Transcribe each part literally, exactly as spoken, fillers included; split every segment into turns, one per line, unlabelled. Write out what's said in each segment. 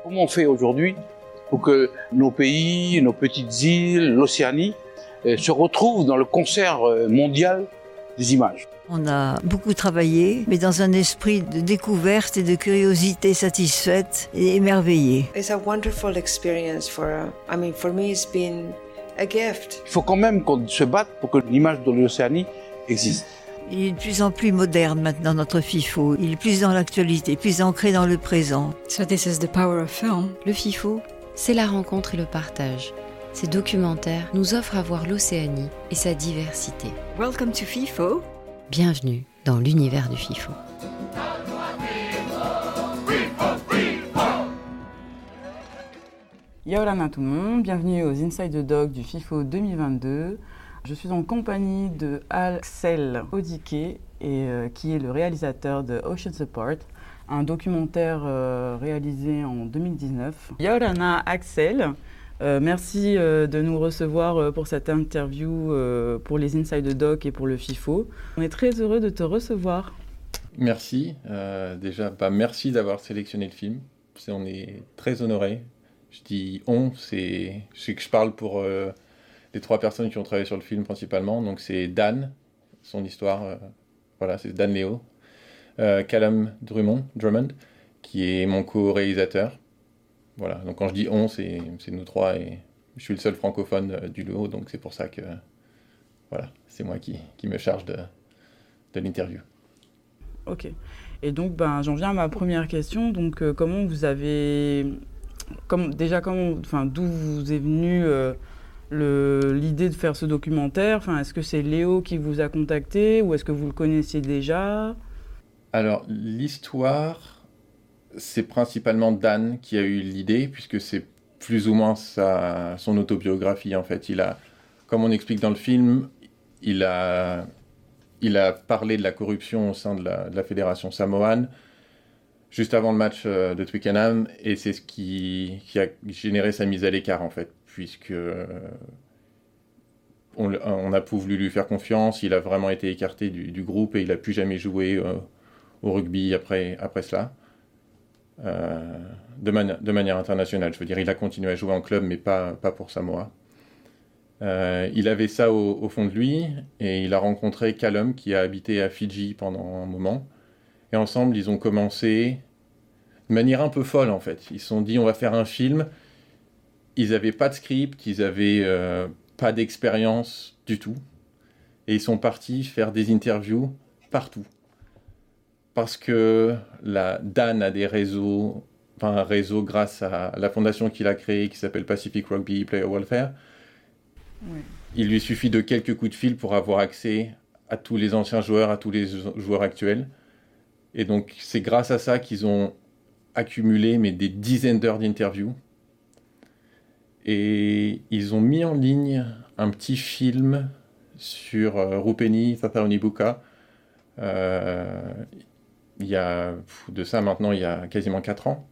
Comment on fait aujourd'hui pour que nos pays, nos petites îles, l'Océanie euh, se retrouvent dans le concert mondial des images?
On a beaucoup travaillé, mais dans un esprit de découverte et de curiosité satisfaite et émerveillée.
It's a wonderful experience for, I mean, for me it's been a gift.
Il faut quand même qu'on se batte pour que l'image de l'Océanie existe.
Il est de plus en plus moderne maintenant, notre FIFO. Il est plus dans l'actualité, plus ancré dans le présent.
So this is the power of film.
Le FIFO, c'est la rencontre et le partage. Ces documentaires nous offrent à voir l'Océanie et sa diversité.
Welcome to FIFO.
Bienvenue dans l'univers du FIFO.
Yaolana tout le monde, bienvenue aux Inside the Dog du FIFO deux mille vingt-deux. Je suis en compagnie de Axel Odike, et, euh, qui est le réalisateur de Ocean Support, un documentaire euh, réalisé en deux mille dix-neuf. Yaolana, Axel, euh, merci euh, de nous recevoir euh, pour cette interview euh, pour les Inside the Dog et pour le FIFO. On est très heureux de te recevoir.
Merci. Euh, déjà, bah, merci d'avoir sélectionné le film. C'est, on est très honorés. Je dis on, c'est, je sais que je parle pour euh, les trois personnes qui ont travaillé sur le film principalement. Donc c'est Dan, son histoire, euh, voilà, c'est Dan Léo. Euh, Callum Drummond, Drummond, qui est mon co-réalisateur. Voilà, donc quand je dis on, c'est, c'est nous trois et je suis le seul francophone euh, du lot, donc c'est pour ça que voilà, c'est moi qui, qui me charge de, de l'interview.
Ok. Et donc, ben, j'en viens à ma première question. Donc, euh, comment vous avez... Comme, déjà, comment, enfin, d'où vous est venue euh, le, l'idée de faire ce documentaire? Enfin, est-ce que c'est Léo qui vous a contacté ou est-ce que vous le connaissiez déjà?
Alors, l'histoire, c'est principalement Dan qui a eu l'idée, puisque c'est plus ou moins sa, son autobiographie, en fait. Il a, comme on explique dans le film, il a, il a parlé de la corruption au sein de la, de la fédération samoane, juste avant le match de Twickenham, et c'est ce qui, qui a généré sa mise à l'écart, en fait, puisque euh, on, on n'a pas voulu lui faire confiance, il a vraiment été écarté du, du groupe, et il n'a plus jamais joué euh, au rugby après, après cela, euh, de, mani- de manière internationale. Je veux dire, il a continué à jouer en club, mais pas, pas pour Samoa. Euh, il avait ça au, au fond de lui, et il a rencontré Callum, qui a habité à Fidji pendant un moment. Et ensemble, ils ont commencé de manière un peu folle, en fait. Ils se sont dit, on va faire un film. Ils n'avaient pas de script, ils n'avaient euh, pas d'expérience du tout. Et ils sont partis faire des interviews partout. Parce que la, Dan a des réseaux, enfin un réseau grâce à la fondation qu'il a créée, qui s'appelle Pacific Rugby Player Welfare. Oui. Il lui suffit de quelques coups de fil pour avoir accès à tous les anciens joueurs, à tous les joueurs actuels. Et donc, c'est grâce à ça qu'ils ont accumulé mais, des dizaines d'heures d'interviews. Et ils ont mis en ligne un petit film sur euh, Rupeni Thathaunibuka. Euh, il y a, de ça maintenant, il y a quasiment quatre ans.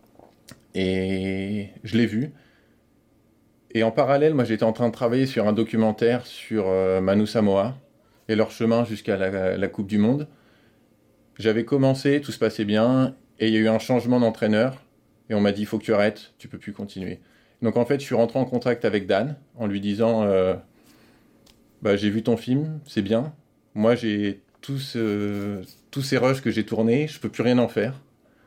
Et je l'ai vu. Et en parallèle, moi, j'étais en train de travailler sur un documentaire sur euh, Manu Samoa et leur chemin jusqu'à la, la Coupe du Monde. J'avais commencé, tout se passait bien, et il y a eu un changement d'entraîneur, et on m'a dit, il faut que tu arrêtes, tu peux plus continuer. Donc en fait, je suis rentré en contact avec Dan, en lui disant, euh, bah, j'ai vu ton film, c'est bien, moi j'ai tout ce, tous ces rushs que j'ai tournés, je peux plus rien en faire.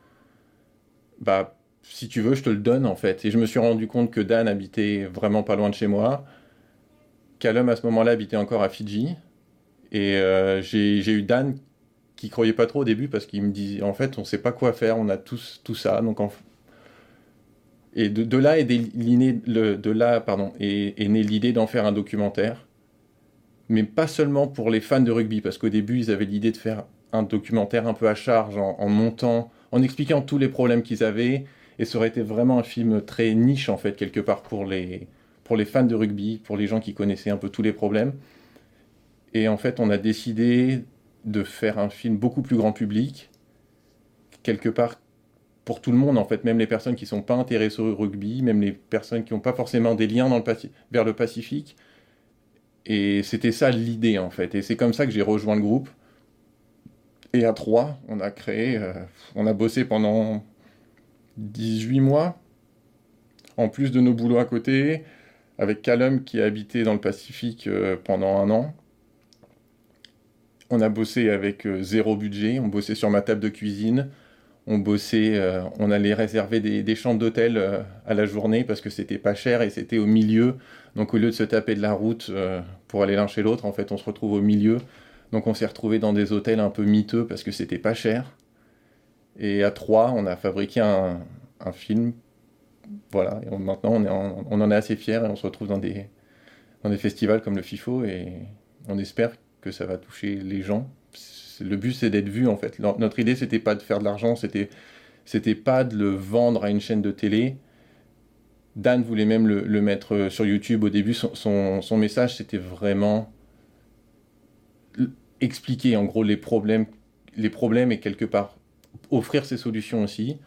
Bah, si tu veux, je te le donne en fait. Et je me suis rendu compte que Dan habitait vraiment pas loin de chez moi, Callum à ce moment-là habitait encore à Fidji, et euh, j'ai, j'ai eu Dan qui croyait pas trop au début parce qu'il me disait en fait on sait pas quoi faire, on a tous tout ça, donc en... et de, de là est né le, de là pardon est, est née l'idée d'en faire un documentaire, mais pas seulement pour les fans de rugby, parce qu'au début ils avaient l'idée de faire un documentaire un peu à charge en, en montant, en expliquant tous les problèmes qu'ils avaient, et ça aurait été vraiment un film très niche en fait quelque part pour les pour les fans de rugby, pour les gens qui connaissaient un peu tous les problèmes. Et en fait on a décidé de faire un film beaucoup plus grand public, quelque part pour tout le monde en fait, même les personnes qui ne sont pas intéressées au rugby, même les personnes qui n'ont pas forcément des liens dans le Paci- vers le Pacifique. Et c'était ça l'idée en fait, et c'est comme ça que j'ai rejoint le groupe. Et à trois, on a créé, euh, on a bossé pendant dix-huit mois, en plus de nos boulots à côté, avec Callum qui a habité dans le Pacifique euh, pendant un an. On a bossé avec euh, zéro budget, on bossait sur ma table de cuisine, on bossait, euh, on allait réserver des, des chambres d'hôtel euh, à la journée parce que c'était pas cher et c'était au milieu. Donc au lieu de se taper de la route euh, pour aller l'un chez l'autre, en fait on se retrouve au milieu. Donc on s'est retrouvé dans des hôtels un peu miteux parce que c'était pas cher. Et à trois, on a fabriqué un, un film. Voilà, et on, maintenant on, est en, on en est assez fiers et on se retrouve dans des, dans des festivals comme le FIFO et on espère que ça va toucher les gens. C'est, le but c'est d'être vu en fait. Notre idée c'était pas de faire de l'argent, c'était, c'était pas de le vendre à une chaîne de télé. Dan voulait même le, le mettre sur YouTube au début. Son, son, son message c'était vraiment expliquer en gros les problèmes, les problèmes et quelque part offrir ses solutions aussi.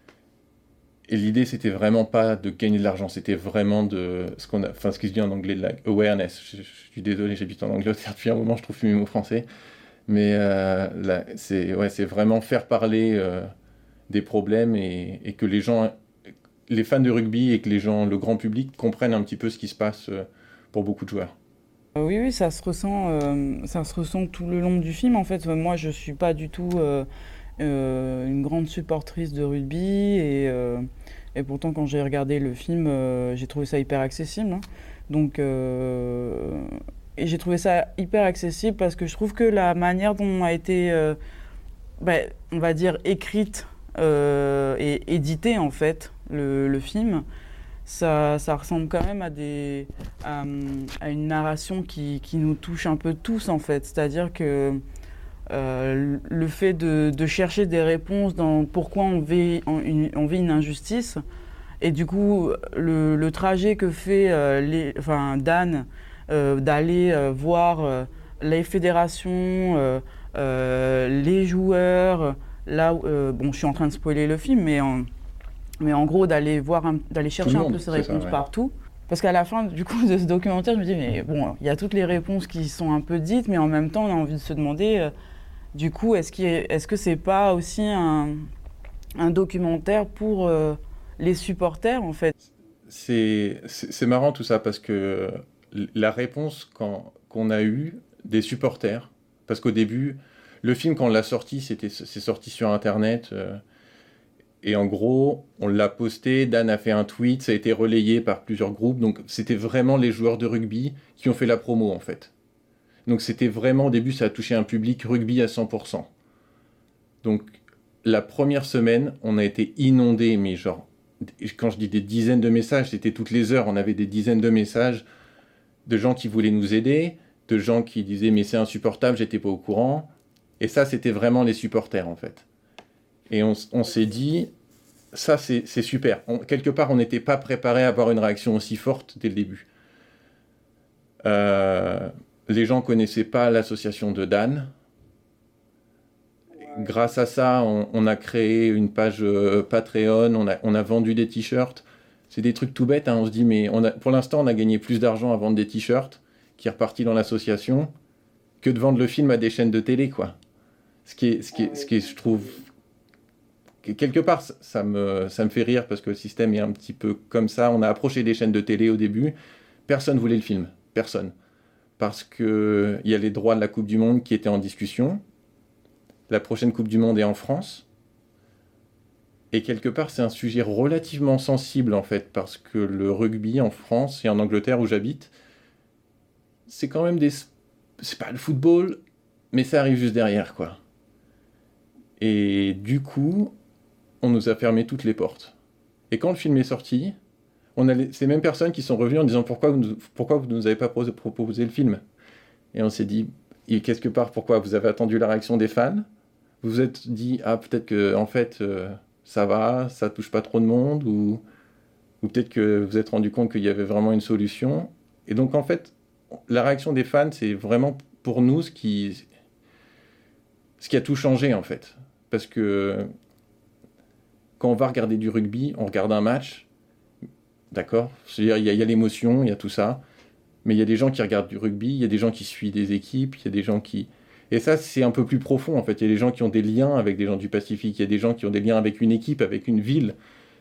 Et l'idée, c'était vraiment pas de gagner de l'argent, c'était vraiment de ce qu'on a, enfin ce qui se dit en anglais, de la awareness. Je, je, je suis désolé, j'habite en Angleterre depuis un moment, je trouve plus mes mots français. Mais euh, là, c'est, ouais, c'est vraiment faire parler euh, des problèmes et, et que les gens, les fans de rugby et que les gens, le grand public, comprennent un petit peu ce qui se passe euh, pour beaucoup de joueurs.
Oui, oui, ça se ressent, euh, ça se ressent tout le long du film. En fait, moi, je suis pas du tout euh, euh, une grande supportrice de rugby et, euh, et pourtant, quand j'ai regardé le film, euh, j'ai trouvé ça hyper accessible. Hein. Donc, euh, et j'ai trouvé ça hyper accessible parce que je trouve que la manière dont a été, euh, ben, on va dire, écrite euh, et éditée en fait le, le film. Ça, ça ressemble quand même à, des, à, à une narration qui, qui nous touche un peu tous, en fait. C'est-à-dire que euh, le fait de, de chercher des réponses dans pourquoi on vit, on, on vit une injustice, et du coup, le, le trajet que fait euh, les, enfin, Dan euh, d'aller euh, voir euh, les fédérations, euh, euh, les joueurs, là, euh, bon, je suis en train de spoiler le film, mais... En, Mais en gros, d'aller, voir un, d'aller chercher monde, un peu ces réponses ça, ouais. partout. Parce qu'à la fin du coup, de ce documentaire, je me dis, mais bon, il y a toutes les réponses qui sont un peu dites, mais en même temps, on a envie de se demander, euh, du coup, est-ce, qu'il est, est-ce que c'est pas aussi un, un documentaire pour euh, les supporters, en fait?
c'est, c'est, c'est marrant tout ça, parce que la réponse quand, qu'on a eue des supporters, parce qu'au début, le film, quand on l'a sorti, c'était, c'est sorti sur Internet... Euh, Et en gros, on l'a posté, Dan a fait un tweet, ça a été relayé par plusieurs groupes. Donc, c'était vraiment les joueurs de rugby qui ont fait la promo, en fait. Donc, c'était vraiment, au début, ça a touché un public rugby à cent pour cent. Donc, la première semaine, on a été inondés, mais genre, quand je dis des dizaines de messages, c'était toutes les heures, on avait des dizaines de messages de gens qui voulaient nous aider, de gens qui disaient « mais c'est insupportable, j'étais pas au courant ». Et ça, c'était vraiment les supporters, en fait. Et on, on s'est dit, ça c'est, c'est super. On, quelque part, on n'était pas préparé à avoir une réaction aussi forte dès le début. Euh, les gens ne connaissaient pas l'association de Dan. Grâce à ça, on, on a créé une page euh, Patreon, on a, on a vendu des t-shirts. C'est des trucs tout bêtes, hein. On se dit, mais on a, pour l'instant, on a gagné plus d'argent à vendre des t-shirts qui est reparti dans l'association que de vendre le film à des chaînes de télé, quoi. Ce qui est, ce qui est, ce qui est je trouve... Quelque part, ça me, ça me fait rire parce que le système est un petit peu comme ça. On a approché des chaînes de télé au début. Personne ne voulait le film. Personne. Parce qu'il y a les droits de la Coupe du Monde qui étaient en discussion. La prochaine Coupe du Monde est en France. Et quelque part, c'est un sujet relativement sensible, en fait, parce que le rugby en France et en Angleterre, où j'habite, c'est quand même des... C'est pas le football, mais ça arrive juste derrière, quoi. Et du coup... on nous a fermé toutes les portes. Et quand le film est sorti, on a les, ces mêmes personnes qui sont revenues en disant pourquoi vous nous, pourquoi vous nous avez pas proposé le film. Et on s'est dit, et quelque part, pourquoi vous avez attendu la réaction des fans? Vous vous êtes dit, ah, peut-être que en fait, euh, ça va, ça touche pas trop de monde, ou, ou peut-être que vous vous êtes rendu compte qu'il y avait vraiment une solution. Et donc, en fait, la réaction des fans, c'est vraiment pour nous ce qui, ce qui a tout changé, en fait. Parce que quand on va regarder du rugby, on regarde un match, d'accord ? C'est-à-dire, il y a, il y a l'émotion, il y a tout ça, mais il y a des gens qui regardent du rugby, il y a des gens qui suivent des équipes, il y a des gens qui... Et ça, c'est un peu plus profond, en fait. Il y a des gens qui ont des liens avec des gens du Pacifique, il y a des gens qui ont des liens avec une équipe, avec une ville.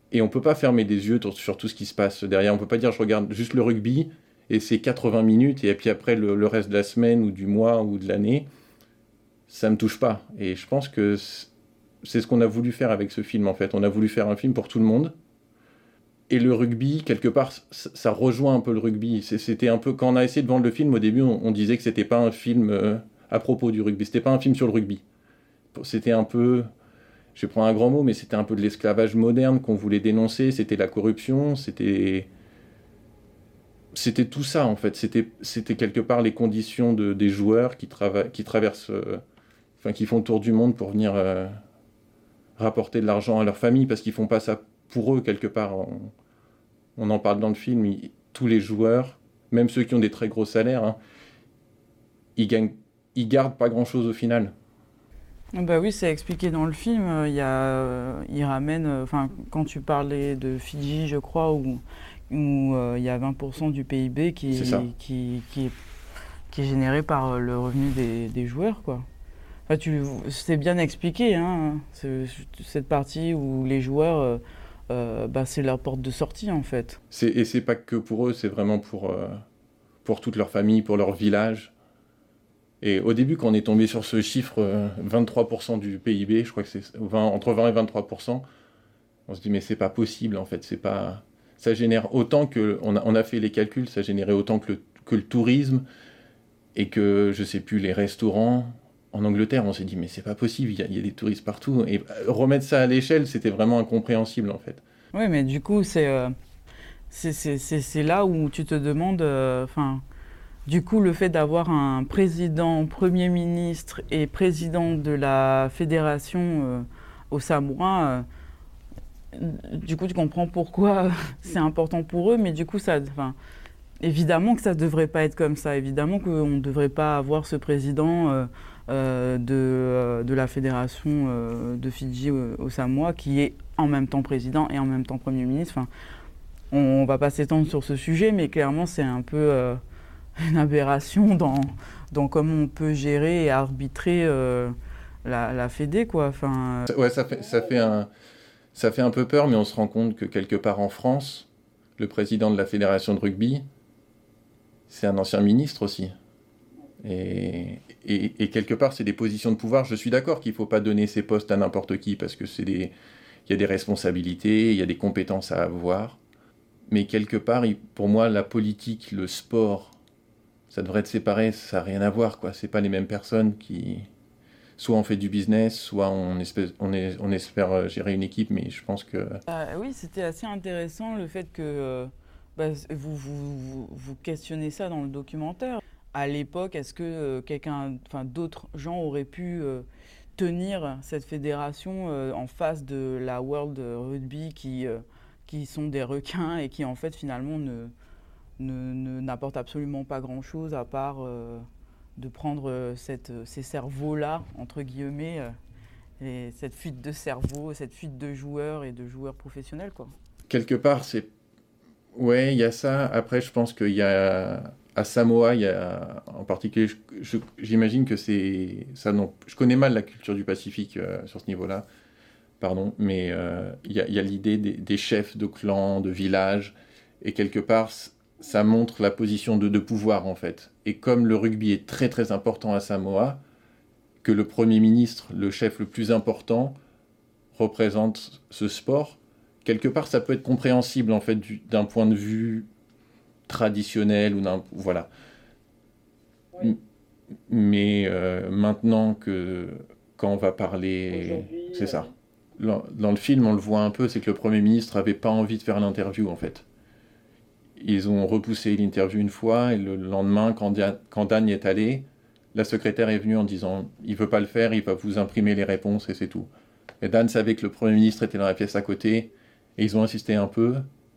Et on ne peut pas fermer des yeux sur tout ce qui se passe derrière. On ne peut pas dire je regarde juste le rugby et c'est quatre-vingts minutes et puis après le, le reste de la semaine ou du mois ou de l'année, ça ne me touche pas. Et je pense que c'est ce qu'on a voulu faire avec ce film en fait. On a voulu faire un film pour tout le monde. Et le rugby, quelque part, ça rejoint un peu le rugby. C'était un peu, quand on a essayé de vendre le film, au début, on, on disait que c'était pas un film euh, à propos du rugby. C'était pas un film sur le rugby. C'était un peu, je prends un grand mot, mais c'était un peu de l'esclavage moderne qu'on voulait dénoncer. C'était la corruption, c'était, c'était tout ça en fait. C'était, c'était quelque part les conditions de, des joueurs qui, trava- qui traversent, euh, enfin qui font le tour du monde pour venir euh, rapporter de l'argent à leur famille, parce qu'ils font pas ça pour eux quelque part. On, on en parle dans le film. Ils, tous les joueurs, même ceux qui ont des très gros salaires, hein, ils gagnent, ils gardent pas grand chose au final.
Bah oui, c'est expliqué dans le film. Il y a, euh, il ramène, enfin, euh, quand tu parlais de Fidji, je crois, où, où euh, il y a vingt pour cent du P I B qui, qui, qui, est, qui est généré par le revenu des, des joueurs, quoi. Enfin, tu, c'est bien expliqué, hein, cette partie où les joueurs, euh, euh, bah, c'est leur porte de sortie, en fait.
C'est, et c'est pas que pour eux, c'est vraiment pour, euh, pour toute leur famille, pour leur village. Et au début, quand on est tombé sur ce chiffre, euh, vingt-trois pour cent du P I B, je crois que c'est vingt, entre vingt et vingt-trois pour cent, on se dit mais c'est pas possible en fait, c'est pas, ça génère autant que, on a, on a fait les calculs, ça générait autant que le, que le tourisme et que, je sais plus, les restaurants. En Angleterre, on s'est dit mais c'est pas possible, il y a, il y a des touristes partout. Et remettre ça à l'échelle, c'était vraiment incompréhensible en fait.
Oui, mais du coup, c'est, euh, c'est, c'est, c'est, c'est là où tu te demandes, enfin. Euh, Du coup, le fait d'avoir un président, premier ministre et président de la fédération euh, aux Samoa, euh, du coup, tu comprends pourquoi c'est important pour eux, mais du coup, ça, enfin, évidemment que ça ne devrait pas être comme ça. Évidemment qu'on ne devrait pas avoir ce président euh, euh, de, euh, de la fédération euh, de Fidji euh, aux Samoa qui est en même temps président et en même temps premier ministre. Enfin, on ne va pas s'étendre sur ce sujet, mais clairement, c'est un peu... Euh, une aberration dans, dans comment on peut gérer et arbitrer euh, la, la Fédé, quoi. Enfin, euh...
Ouais, ça fait, ça, fait un, ça fait un peu peur, mais on se rend compte que quelque part en France, le président de la fédération de rugby, c'est un ancien ministre aussi. Et, et, et quelque part, c'est des positions de pouvoir. Je suis d'accord qu'il ne faut pas donner ces postes à n'importe qui, parce que c'est des, y a des responsabilités, il y a des compétences à avoir. Mais quelque part, pour moi, la politique, le sport... ça devrait être séparé, ça n'a rien à voir, quoi. C'est pas les mêmes personnes qui... Soit on fait du business, soit on espère, on est, on espère gérer une équipe, mais je pense que...
Euh, oui, c'était assez intéressant le fait que euh, bah, vous, vous, vous, vous questionnez ça dans le documentaire. À l'époque, est-ce que euh, quelqu'un, enfin d'autres gens auraient pu euh, tenir cette fédération euh, en face de la World Rugby qui, euh, qui sont des requins et qui en fait finalement ne... Ne, ne, n'apporte absolument pas grand-chose à part euh, de prendre cette, ces cerveaux-là, entre guillemets, euh, et cette fuite de cerveau, cette fuite de joueurs et de joueurs professionnels, quoi.
Quelque part, c'est... Ouais, il y a ça. Après, je pense qu'il y a... À Samoa, il y a... En particulier, je, je, j'imagine que c'est... Ça, non... Je connais mal la culture du Pacifique euh, sur ce niveau-là, pardon, mais euh, il y a, il y a l'idée des, des chefs de clans, de villages, et quelque part... ça montre la position de, de pouvoir, en fait. Et comme le rugby est très, très important à Samoa, que le Premier ministre, le chef le plus important, représente ce sport, quelque part, ça peut être compréhensible, en fait, du, d'un point de vue traditionnel, ou d'un... Voilà. Oui. Mais euh, maintenant que... Quand on va parler... C'est ça. Dans, dans le film, on le voit un peu, c'est que le Premier ministre n'avait pas envie de faire l'interview, en fait. Ils ont repoussé l'interview une fois, et le lendemain, quand, Dia- quand Dan y est allé, la secrétaire est venue en disant « il ne veut pas le faire, il va vous imprimer les réponses et c'est tout ». Et Dan savait que le Premier ministre était dans la pièce à côté, et ils ont insisté un peu,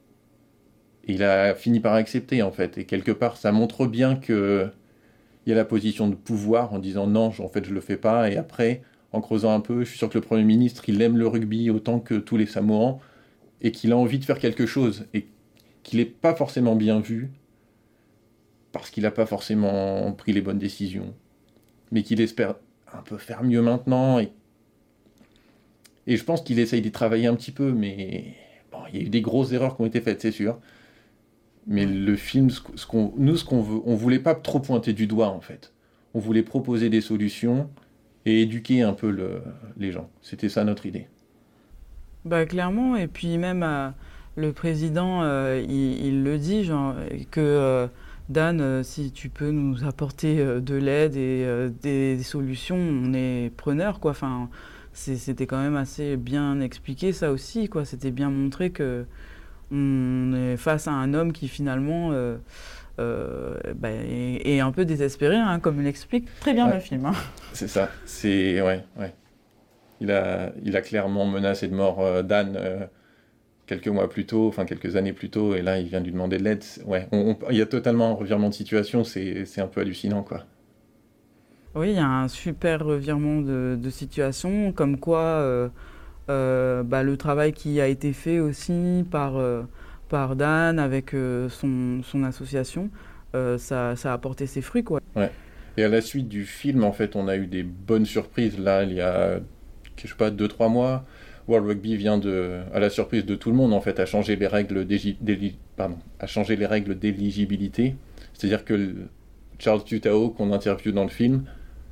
et il a fini par accepter en fait. Et quelque part, ça montre bien qu'il y a la position de pouvoir en disant « non, en fait je ne le fais pas », et après, en creusant un peu, je suis sûr que le Premier ministre, il aime le rugby autant que tous les Samoans, et qu'il a envie de faire quelque chose, et qu'il n'est pas forcément bien vu, parce qu'il n'a pas forcément pris les bonnes décisions, mais qu'il espère un peu faire mieux maintenant, et, et je pense qu'il essaye d'y travailler un petit peu, mais bon, Il y a eu des grosses erreurs qui ont été faites, c'est sûr. Mais le film, ce qu'on, nous, ce qu'on veut, on voulait pas trop pointer du doigt, en fait. On voulait proposer des solutions et éduquer un peu le, les gens. C'était ça notre idée.
Bah, clairement, et puis même euh, le président, euh, il, il le dit, genre, que euh, Dan, euh, si tu peux nous apporter euh, de l'aide et euh, des, des solutions, on est preneur, quoi. Enfin, c'est, c'était quand même assez bien expliqué, ça aussi, quoi. C'était bien montré que on est face à un homme qui finalement euh, euh, bah, est, est un peu désespéré, hein, comme l'explique très bien
ouais.
le film. Hein.
C'est ça. C'est ouais, ouais. Il a, il a clairement menacé de mort euh, Dan euh, quelques mois plus tôt, enfin quelques années plus tôt, et là il vient de lui demander de l'aide. Ouais, on, on, il y a totalement un revirement de situation. C'est, c'est un peu hallucinant, quoi.
Oui, il y a un super revirement de, de situation, comme quoi. Euh, Euh, bah, le travail qui a été fait aussi par, euh, par Dan avec euh, son, son association, euh, ça, ça a apporté ses fruits, quoi.
Ouais. Et à la suite du film, en fait, on a eu des bonnes surprises. Là, il y a, je sais pas, deux, trois mois, World Rugby vient de, à la surprise de tout le monde, en fait, à changer les règles d'égi- d'éli- pardon, à changer les règles d'éligibilité. C'est-à-dire que Charles Tutao, qu'on interviewe dans le film,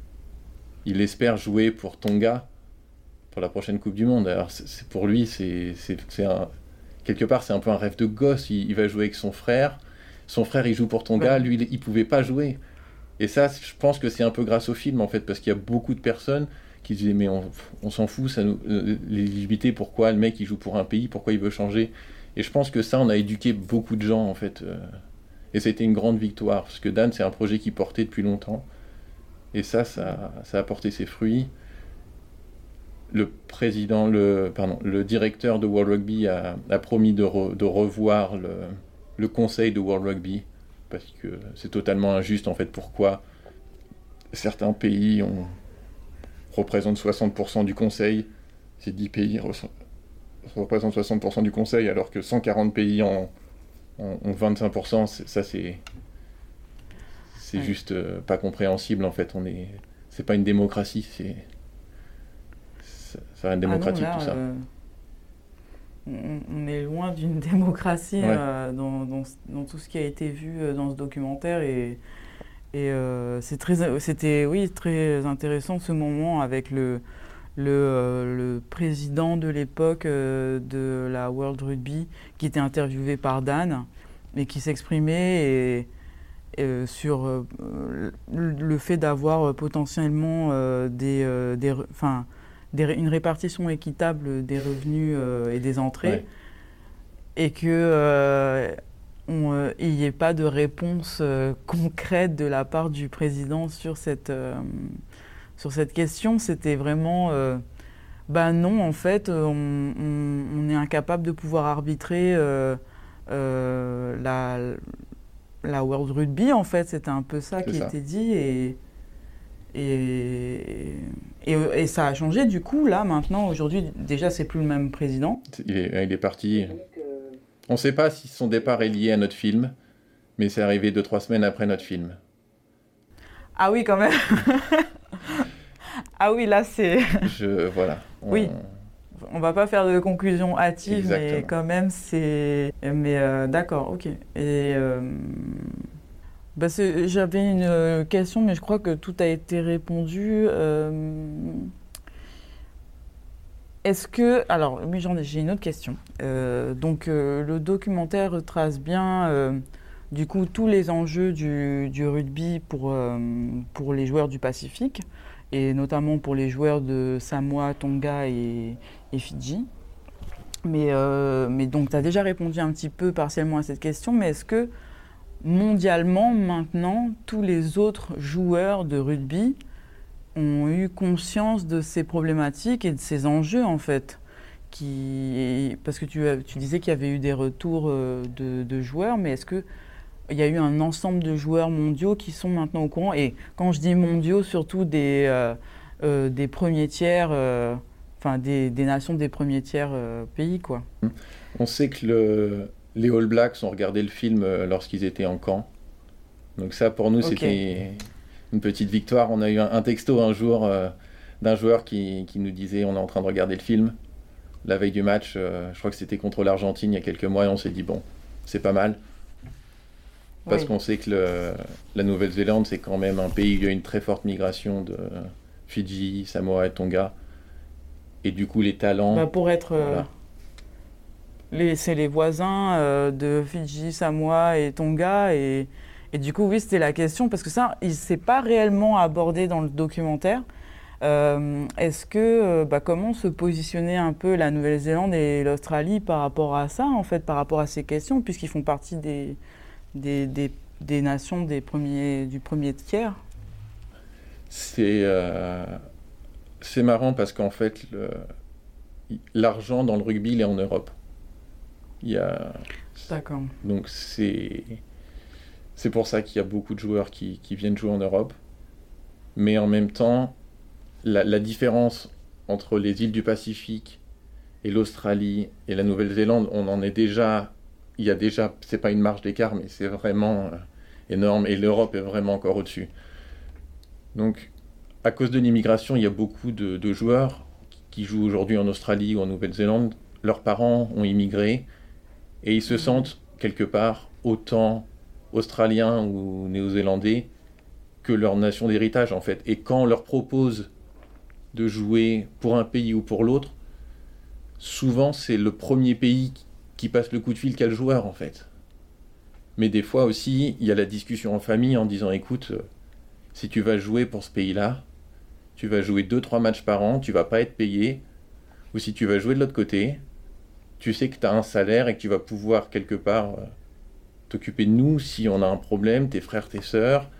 il espère jouer pour Tonga pour la prochaine Coupe du Monde. Alors c'est, c'est pour lui, c'est, c'est, c'est un, quelque part, c'est un peu un rêve de gosse. Il, il va jouer avec son frère. Son frère, il joue pour Tonga. Lui, il, il pouvait pas jouer. Et ça, je pense que c'est un peu grâce au film, en fait, parce qu'il y a beaucoup de personnes qui disaient, mais on, on s'en fout, ça nous, euh, l'éligibilité, pourquoi le mec, il joue pour un pays, pourquoi il veut changer. Et je pense que ça, on a éduqué beaucoup de gens, en fait. Euh, et c'était une grande victoire, parce que Dan, c'est un projet qu'il portait depuis longtemps. Et ça, ça, ça a porté ses fruits. Le président, le, pardon, le directeur de World Rugby a, a promis de, re, de revoir le, le conseil de World Rugby, parce que c'est totalement injuste, en fait, pourquoi certains pays ont, représentent soixante pour cent du conseil, ces dix pays re, représentent soixante pour cent du conseil, alors que cent quarante pays en, en, ont vingt-cinq pour cent, c'est, ça c'est, c'est ouais. juste euh, pas compréhensible, en fait. On est, c'est pas une démocratie, c'est... Ça va être démocratique, ah non, là, tout ça.
Euh, on, on est loin d'une démocratie ouais. euh, dans, dans, dans tout ce qui a été vu dans ce documentaire. Et, et euh, c'est très, c'était oui, très intéressant ce moment avec le, le, euh, le président de l'époque euh, de la World Rugby qui était interviewé par Dan et qui s'exprimait et, et, sur euh, le, le fait d'avoir potentiellement euh, des... Euh, des enfin, Des, une répartition équitable des revenus euh, et des entrées, ouais. et qu'il euh, n'y euh, ait pas de réponse euh, concrète de la part du président sur cette, euh, sur cette question. C'était vraiment, euh, bah non, en fait, on, on, on est incapable de pouvoir arbitrer euh, euh, la, la World Rugby, en fait. C'était un peu ça
C'est
qui
ça.
était dit, et... Et, et, et ça a changé du coup, là, maintenant, aujourd'hui, déjà, c'est plus le même président.
Il est, il est parti. On ne sait pas si son départ est lié à notre film, mais c'est arrivé deux, trois semaines après notre film.
Ah oui, quand même. Ah oui, là, c'est...
Je, voilà. On...
Oui. On va pas faire de conclusion hâtive,
Exactement.
mais quand même, c'est... Mais euh, d'accord, ok. Et... Euh... Bah j'avais une question, mais je crois que tout a été répondu. Euh, est-ce que... Alors, oui, j'en ai, j'ai une autre question. Euh, donc, euh, le documentaire retrace bien, euh, du coup, tous les enjeux du, du rugby pour, euh, pour les joueurs du Pacifique, et notamment pour les joueurs de Samoa, Tonga et, et Fidji. Mais, euh, mais donc, tu as déjà répondu un petit peu partiellement à cette question, mais est-ce que mondialement, maintenant, tous les autres joueurs de rugby ont eu conscience de ces problématiques et de ces enjeux, en fait, qui... Parce que tu, tu disais qu'il y avait eu des retours de, de joueurs, mais est-ce qu'il y a eu un ensemble de joueurs mondiaux qui sont maintenant au courant? Et quand je dis mondiaux, surtout des, euh, euh, des premiers tiers, euh, enfin des, des nations des premiers tiers euh, pays, quoi.
On sait que le... les All Blacks ont regardé le film lorsqu'ils étaient en camp. Donc ça, pour nous, okay. C'était une petite victoire. On a eu un, un texto un jour euh, d'un joueur qui, qui nous disait « on est en train de regarder le film ». la veille du match, euh, je crois que c'était contre l'Argentine il y a quelques mois, et on s'est dit, bon, c'est pas mal. Parce oui. qu'on sait que le, la Nouvelle-Zélande, c'est quand même un pays où il y a une très forte migration de Fidji, Samoa et Tonga. Et du coup, les talents...
Bah pour être... Voilà. Euh, les, c'est les voisins euh, de Fidji, Samoa et Tonga. Et, et du coup, oui, c'était la question. Parce que ça, il ne s'est pas réellement abordé dans le documentaire. Euh, est-ce que... Euh, bah, comment se positionner un peu la Nouvelle-Zélande et l'Australie par rapport à ça, en fait, par rapport à ces questions, puisqu'ils font partie des... Des, des, des nations des premiers, du premier tiers.
C'est, euh, c'est marrant parce qu'en fait, le, l'argent dans le rugby, il est en Europe. Il y a,
D'accord.
Donc c'est, c'est pour ça qu'il y a beaucoup de joueurs qui, qui viennent jouer en Europe. Mais en même temps, la, la différence entre les îles du Pacifique et l'Australie et la Nouvelle-Zélande, on en est déjà... Il y a déjà, c'est pas une marge d'écart, mais c'est vraiment euh, énorme. Et l'Europe est vraiment encore au-dessus. Donc, à cause de l'immigration, il y a beaucoup de, de joueurs qui jouent aujourd'hui en Australie ou en Nouvelle-Zélande. Leurs parents ont immigré et ils se sentent quelque part autant australiens ou néo-zélandais que leur nation d'héritage, en fait. Et quand on leur propose de jouer pour un pays ou pour l'autre, souvent c'est le premier pays qui qui passe le coup de fil qu'a le joueur, en fait. Mais des fois aussi, il y a la discussion en famille en disant, écoute, euh, si tu vas jouer pour ce pays-là, tu vas jouer deux trois matchs par an, tu vas pas être payé, ou si tu vas jouer de l'autre côté, tu sais que tu as un salaire et que tu vas pouvoir quelque part euh, t'occuper de nous si on a un problème, tes frères, tes sœurs,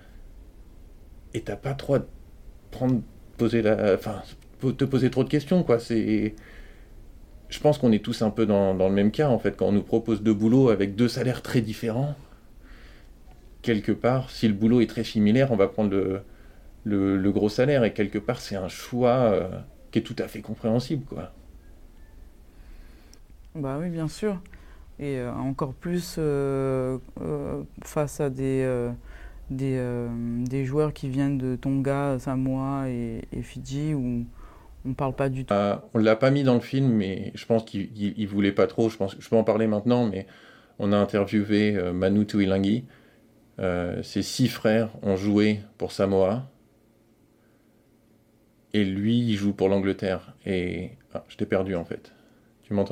et t'as pas trop à prendre, poser la, enfin, te poser trop de questions, quoi. C'est... Je pense qu'on est tous un peu dans, dans le même cas, en fait, quand on nous propose deux boulots avec deux salaires très différents. Quelque part, si le boulot est très similaire, on va prendre le, le, le gros salaire, et quelque part, c'est un choix euh, qui est tout à fait compréhensible, quoi.
Bah oui, bien sûr. Et euh, encore plus euh, euh, face à des, euh, des, euh, des joueurs qui viennent de Tonga, Samoa et, et Fidji, où on ne parle pas du tout.
Euh, on ne l'a pas mis dans le film, mais je pense qu'il ne voulait pas trop. Je, pense, je peux en parler maintenant, mais on a interviewé euh, Manu Tuilagi. Euh, ses six frères ont joué pour Samoa. Et lui, il joue pour l'Angleterre. Et ah, je t'ai perdu, en fait. Tu m'entends ?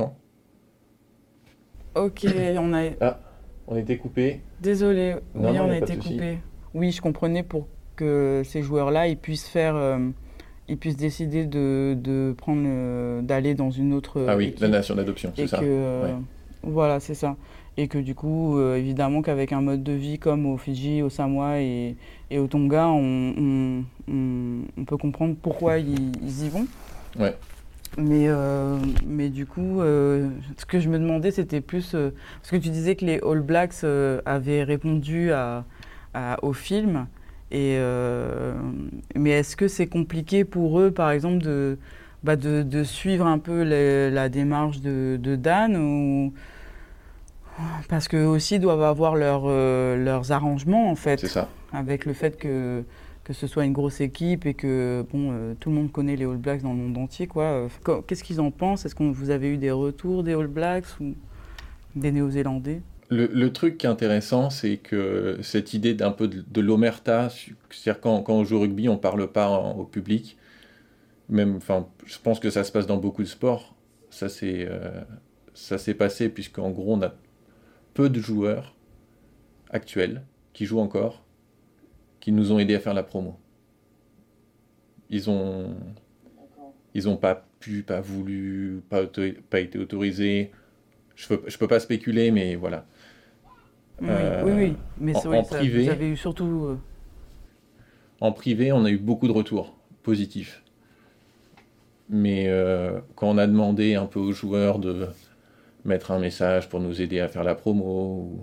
Ok, on a...
Ah, on était coupé.
Désolé,
non,
oui,
non,
on a été coupé. Oui, je comprenais pour que ces joueurs-là, ils puissent faire... Euh... ils puissent décider de, de prendre, euh, d'aller dans une autre
Ah oui,
équipe,
la nation d'adoption, c'est
et
ça.
Que, euh, ouais. Voilà, c'est ça. Et que du coup, euh, évidemment qu'avec un mode de vie comme au Fidji, au Samoa et, et au Tonga, on, on, on, on peut comprendre pourquoi ils, ils y vont.
Ouais.
Mais, euh, mais du coup, euh, ce que je me demandais, c'était plus... Euh, parce que tu disais que les All Blacks euh, avaient répondu à, à, au film. Et euh, mais est-ce que c'est compliqué pour eux, par exemple, de, bah de, de suivre un peu les, la démarche de, de Dan ou... Parce qu'eux aussi doivent avoir leur, euh, leurs arrangements, en fait.
C'est ça.
Avec le fait que, que ce soit une grosse équipe et que bon, euh, tout le monde connaît les All Blacks dans le monde entier, quoi. Qu'est-ce qu'ils en pensent ? Est-ce que vous avez eu des retours des All Blacks ou des Néo-Zélandais ?
Le, le truc qui est intéressant, c'est que cette idée d'un peu de, de l'omerta, c'est-à-dire quand, quand on joue au rugby, on ne parle pas en, au public. Même, enfin, je pense que ça se passe dans beaucoup de sports. Ça s'est, euh, ça s'est passé puisqu'en gros, on a peu de joueurs actuels qui jouent encore, qui nous ont aidés à faire la promo. Ils ont, ils ont pas pu, pas voulu, pas, auto- pas été autorisés. Je peux, je peux pas spéculer, mais voilà.
Oui,
Euh,
oui, oui, mais
en,
c'est vrai,
en
ça,
privé,
vous avez eu surtout... Euh...
En privé, on a eu beaucoup de retours positifs. Mais euh, quand on a demandé un peu aux joueurs de mettre un message pour nous aider à faire la promo, ou...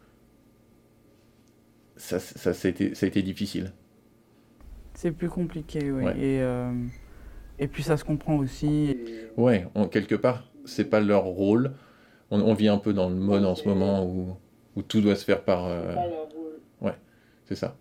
ça, ça, ça, a été, ça a été difficile.
C'est plus compliqué, oui.
Ouais.
Et, euh, et puis ça se comprend aussi.
Ouais, on, quelque part, c'est pas leur rôle. On, on vit un peu dans le mode en ce moment où, où tout doit se faire par... Euh... Ouais, c'est ça.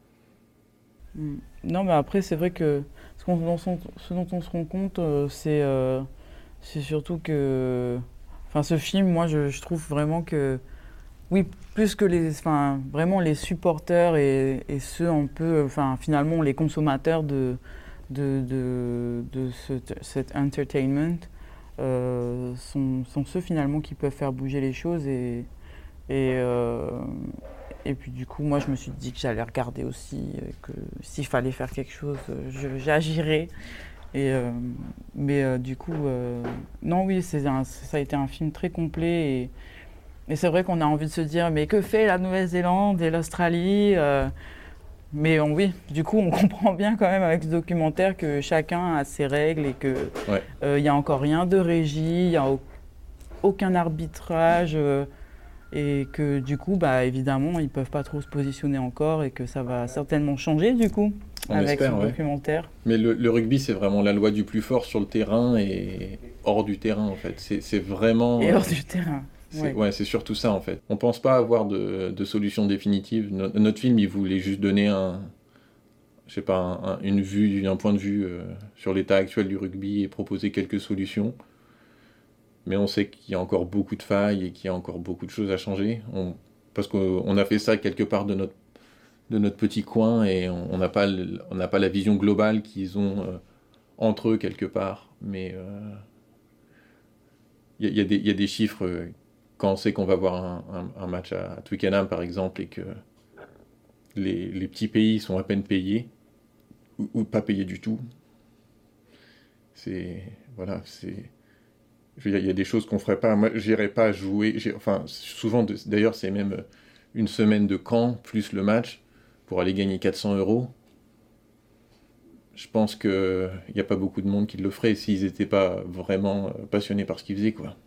Non, mais après, c'est vrai que ce, qu'on, ce dont on se rend compte, euh, c'est, euh, c'est surtout que... Enfin, ce film, moi, je, je trouve vraiment que... Oui, plus que les... Enfin, vraiment les supporters et, et ceux un peu... Enfin, finalement, les consommateurs de, de, de, de ce, cet entertainment euh, sont, sont ceux, finalement, qui peuvent faire bouger les choses. Et, et, euh, et puis, du coup, moi, je me suis dit que j'allais regarder aussi, que s'il fallait faire quelque chose, je, j'agirais. Et euh, mais euh, du coup, euh, non, oui, c'est un, ça a été un film très complet. Et, et c'est vrai qu'on a envie de se dire, mais que fait la Nouvelle-Zélande et l'Australie euh, Mais on, oui, du coup, on comprend bien quand même avec ce documentaire que chacun a ses règles et qu'il
ouais.
n'y euh, a encore rien de régie, il n'y a au, aucun arbitrage. Euh, et que du coup, bah, évidemment, ils ne peuvent pas trop se positionner encore et que ça va certainement changer du coup.
On
avec
espère,
ce
ouais.
documentaire.
Mais le, le rugby, c'est vraiment la loi du plus fort sur le terrain et hors du terrain, en fait. C'est, c'est vraiment...
Et hors du terrain.
C'est,
ouais.
ouais, c'est surtout ça, en fait. On ne pense pas avoir de, de solution définitive. No, notre film, il voulait juste donner un, je sais pas, un, un, une vue, un point de vue euh, sur l'état actuel du rugby et proposer quelques solutions. Mais on sait qu'il y a encore beaucoup de failles et qu'il y a encore beaucoup de choses à changer. On, parce qu'on a fait ça quelque part de notre de notre petit coin et on n'a pas, on n'a pas la vision globale qu'ils ont euh, entre eux quelque part. Mais il euh, y, y, y a des chiffres, euh, quand on sait qu'on va voir un, un, un match à, à Twickenham par exemple et que les, les petits pays sont à peine payés ou, ou pas payés du tout. C'est... Voilà, c'est... Je veux dire, il y a des choses qu'on ferait pas. Moi, j'irais pas jouer... J'ai, enfin, souvent, de, d'ailleurs, c'est même une semaine de camp plus le match pour aller gagner quatre cents euros, je pense qu'il n'y a pas beaucoup de monde qui le ferait s'ils n'étaient pas vraiment passionnés par ce qu'ils faisaient, quoi.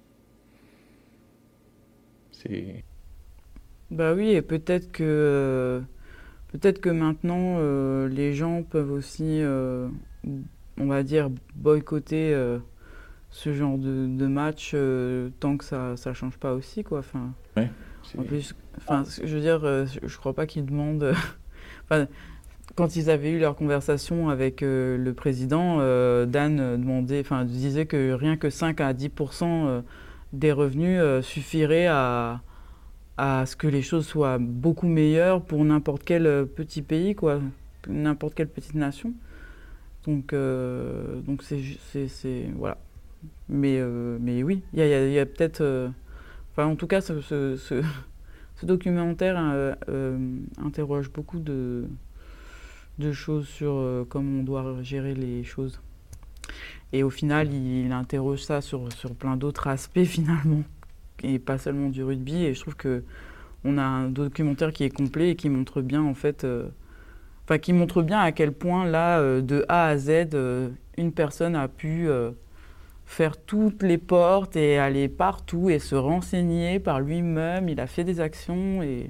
C'est...
Bah oui, et peut-être que, euh, peut-être que maintenant, euh, les gens peuvent aussi, euh, on va dire, boycotter euh, ce genre de, de match euh, tant que ça ne change pas aussi, quoi. Enfin,
ouais,
en plus, enfin, je veux dire, euh, je ne crois pas qu'ils demandent... Enfin, quand ils avaient eu leur conversation avec euh, le président, euh, Dan demandait, enfin, disait que rien que cinq à dix pour cent euh, des revenus euh, suffiraient à, à ce que les choses soient beaucoup meilleures pour n'importe quel petit pays, quoi, n'importe quelle petite nation. Donc, euh, donc c'est, c'est, c'est, voilà. Mais, euh, mais oui, il y a, y a, y a peut-être, euh, enfin, en tout cas, ce, ce, ce Ce documentaire euh, euh, interroge beaucoup de, de choses sur euh, comment on doit gérer les choses. Et au final, il, il interroge ça sur, sur plein d'autres aspects finalement, et pas seulement du rugby. Et je trouve qu'on a un documentaire qui est complet et qui montre bien en fait, euh, enfin qui montre bien à quel point là, euh, de A à Z, euh, une personne a pu euh, faire toutes les portes et aller partout et se renseigner par lui-même. Il a fait des actions et,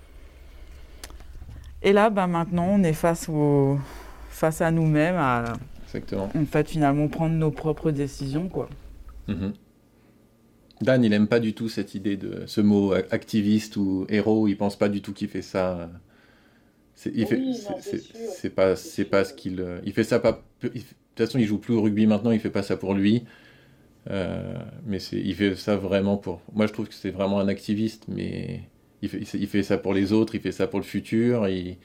et là, bah, maintenant, on est face, au... face à nous-mêmes, à
Exactement.
En fait, finalement, prendre nos propres décisions, quoi.
Mm-hmm. Dan, il aime pas du tout cette idée de ce mot activiste ou héros. Il pense pas du tout qu'il fait ça. C'est, il oui, fait, non, c'est, c'est, sûr, c'est pas, c'est, c'est pas ce qu'il. Il fait ça pas. Il, de toute façon, il joue plus au rugby maintenant. Il fait pas ça pour lui. Euh, mais c'est, il fait ça vraiment pour... Moi, je trouve que c'est vraiment un activiste, mais il fait, il fait ça pour les autres, il fait ça pour le futur. Il...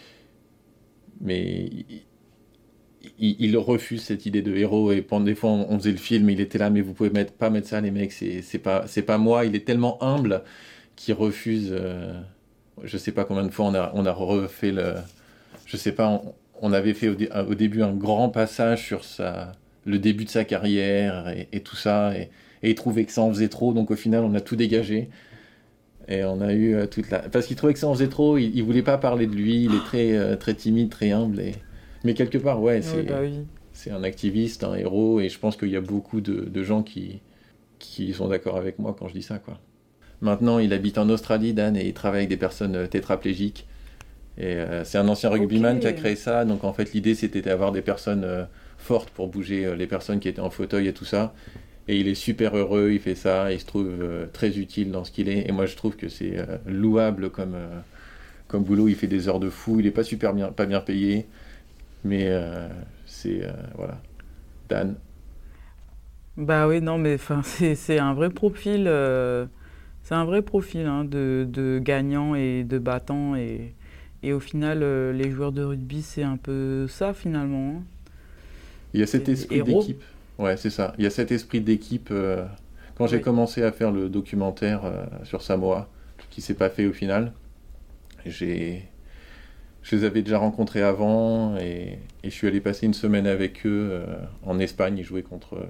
Mais il, il, il refuse cette idée de héros. Et pendant des fois, on, on faisait le film, il était là, mais vous pouvez mettre, pas mettre ça, les mecs, c'est, c'est, pas, c'est pas moi. Il est tellement humble qu'il refuse... Euh... Je sais pas combien de fois on a, on a refait le... Je sais pas, on, on avait fait au, dé, au début un grand passage sur sa... le début de sa carrière et, et tout ça, et, et il trouvait que ça en faisait trop, donc au final on a tout dégagé, et on a eu euh, toute la... Parce qu'il trouvait que ça en faisait trop, il, il voulait pas parler de lui, il est très, euh, très timide, très humble, et... mais quelque part, ouais, c'est,
oui, bah oui.
c'est un activiste, un héros, et je pense qu'il y a beaucoup de, de gens qui, qui sont d'accord avec moi quand je dis ça, quoi. Maintenant, il habite en Australie, Dan, et il travaille avec des personnes tétraplégiques, et euh, c'est un ancien rugbyman okay. qui a créé ça, donc en fait l'idée c'était d'avoir des personnes... Euh, forte pour bouger les personnes qui étaient en fauteuil et tout ça, et il est super heureux, il fait ça, il se trouve euh, très utile dans ce qu'il est, et moi je trouve que c'est euh, louable comme, euh, comme boulot. Il fait des heures de fou, il est pas super bien, pas bien payé, mais euh, c'est euh, voilà. Dan.
Bah oui, non, mais c'est, c'est un vrai profil, euh, c'est un vrai profil hein, de, de gagnant et de battant. Et, et au final, euh, les joueurs de rugby, c'est un peu ça finalement. Hein.
Il y a cet
C'est
esprit
héros.
d'équipe. Ouais, c'est ça. Il y a cet esprit d'équipe. Euh, quand j'ai
Oui.
commencé à faire le documentaire euh, sur Samoa, qui s'est pas fait au final, j'ai... je les avais déjà rencontrés avant et, et je suis allé passer une semaine avec eux euh, en Espagne. Ils jouaient contre, euh,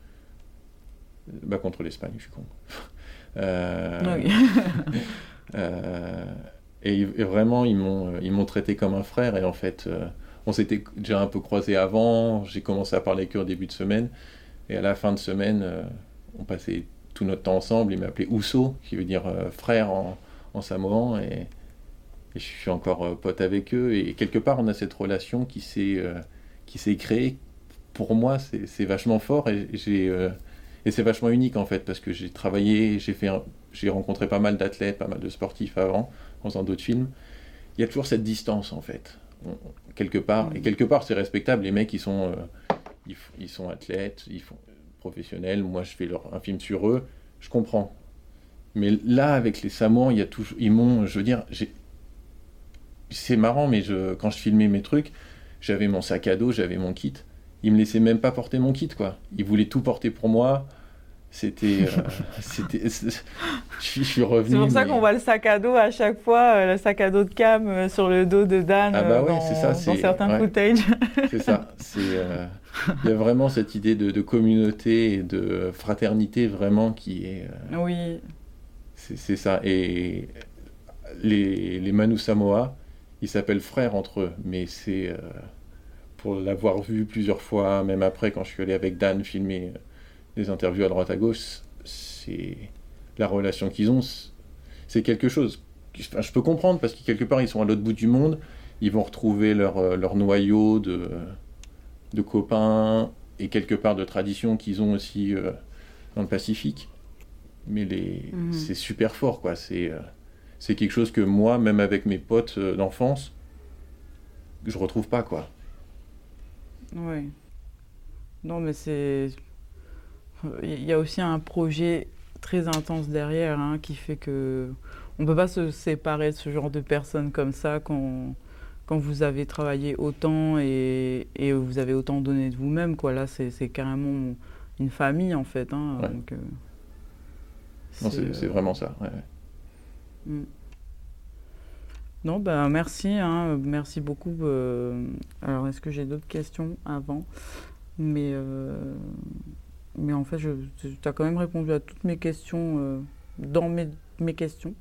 bah, contre l'Espagne, je suis con. euh,
Oui.
euh, et, et vraiment, ils m'ont, ils m'ont traité comme un frère. Et en fait, euh, on s'était déjà un peu croisés avant. J'ai commencé à parler avec eux au début de semaine. Et à la fin de semaine, euh, on passait tout notre temps ensemble. Ils m'appelaient Uso, qui veut dire euh, frère en, en samoan. Et, et je suis encore euh, pote avec eux. Et quelque part, on a cette relation qui s'est, euh, qui s'est créée. Pour moi, c'est, c'est vachement fort. Et, j'ai, euh, et c'est vachement unique, en fait, parce que j'ai travaillé, j'ai, fait un, j'ai rencontré pas mal d'athlètes, pas mal de sportifs avant, en faisant d'autres films. Il y a toujours cette distance, en fait. On, quelque part, et quelque part, c'est respectable. Les mecs, ils sont, euh, ils, ils sont athlètes, ils font professionnels. Moi, je fais leur, un film sur eux. Je comprends. Mais là, avec les Samoans, il y a toujours, ils m'ont, je veux dire, j'ai, c'est marrant, mais je, quand je filmais mes trucs, j'avais mon sac à dos, j'avais mon kit. Ils me laissaient même pas porter mon kit, quoi. Ils voulaient tout porter pour moi. C'était, euh, c'était, c'est, je suis revenu.
C'est pour ça
mais...
qu'on voit le sac à dos à chaque fois, euh, le sac à dos de Cam euh, sur le dos de Dan
ah bah ouais,
dans,
c'est ça, c'est,
dans certains
ouais.
footage.
C'est ça. C'est, euh, il y a vraiment cette idée de, de communauté et de fraternité vraiment qui est. Euh,
oui.
C'est, c'est ça. Et les, les Manu Samoa, ils s'appellent frères entre eux, mais c'est euh, pour l'avoir vu plusieurs fois, même après quand je suis allé avec Dan filmer des interviews à droite à gauche, c'est la relation qu'ils ont, c'est quelque chose. Enfin, je peux comprendre parce que quelque part ils sont à l'autre bout du monde, ils vont retrouver leur, leur noyau de, de copains et quelque part de traditions qu'ils ont aussi euh, dans le Pacifique. Mais les, mmh. c'est super fort, quoi. C'est, euh, c'est quelque chose que moi, même avec mes potes euh, d'enfance, je retrouve pas, quoi.
Oui. Non, mais c'est... Il y a aussi un projet très intense derrière hein, qui fait que on ne peut pas se séparer de ce genre de personnes comme ça quand, quand vous avez travaillé autant et, et vous avez autant donné de vous-même. Quoi. Là, c'est, c'est carrément une famille, en fait. Hein,
ouais.
donc, euh,
non, c'est, c'est vraiment ça. Ouais.
Mm. Non, ben merci. Hein, merci beaucoup. Euh, alors, est-ce que j'ai d'autres questions avant Mais... Euh, Mais en fait, tu as quand même répondu à toutes mes questions euh, dans mes, mes questions.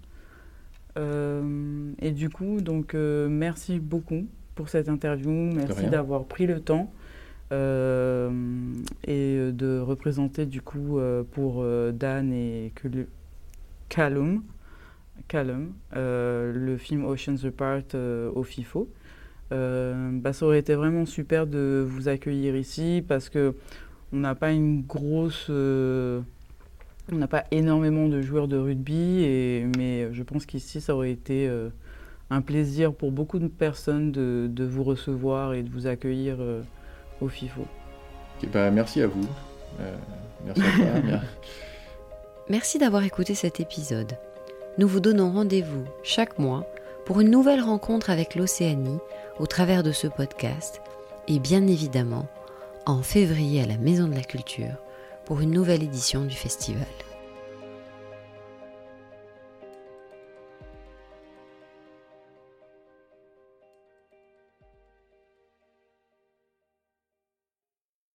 Euh, et du coup, donc, euh, merci beaucoup pour cette interview. Merci d'avoir pris le temps euh, et de représenter du coup euh, pour euh, Dan et Callum, Callum euh, le film Oceans Apart euh, au FIFO. Euh, bah, ça aurait été vraiment super de vous accueillir ici parce que on n'a pas une grosse, euh, on n'a pas énormément de joueurs de rugby, et, mais je pense qu'ici ça aurait été euh, un plaisir pour beaucoup de personnes de, de vous recevoir et de vous accueillir euh, au FIFO.
Okay, bah, merci à vous. Euh, merci à toi.
Merci d'avoir écouté cet épisode. Nous vous donnons rendez-vous chaque mois pour une nouvelle rencontre avec l'Océanie au travers de ce podcast et bien évidemment en février à la Maison de la Culture pour une nouvelle édition du festival.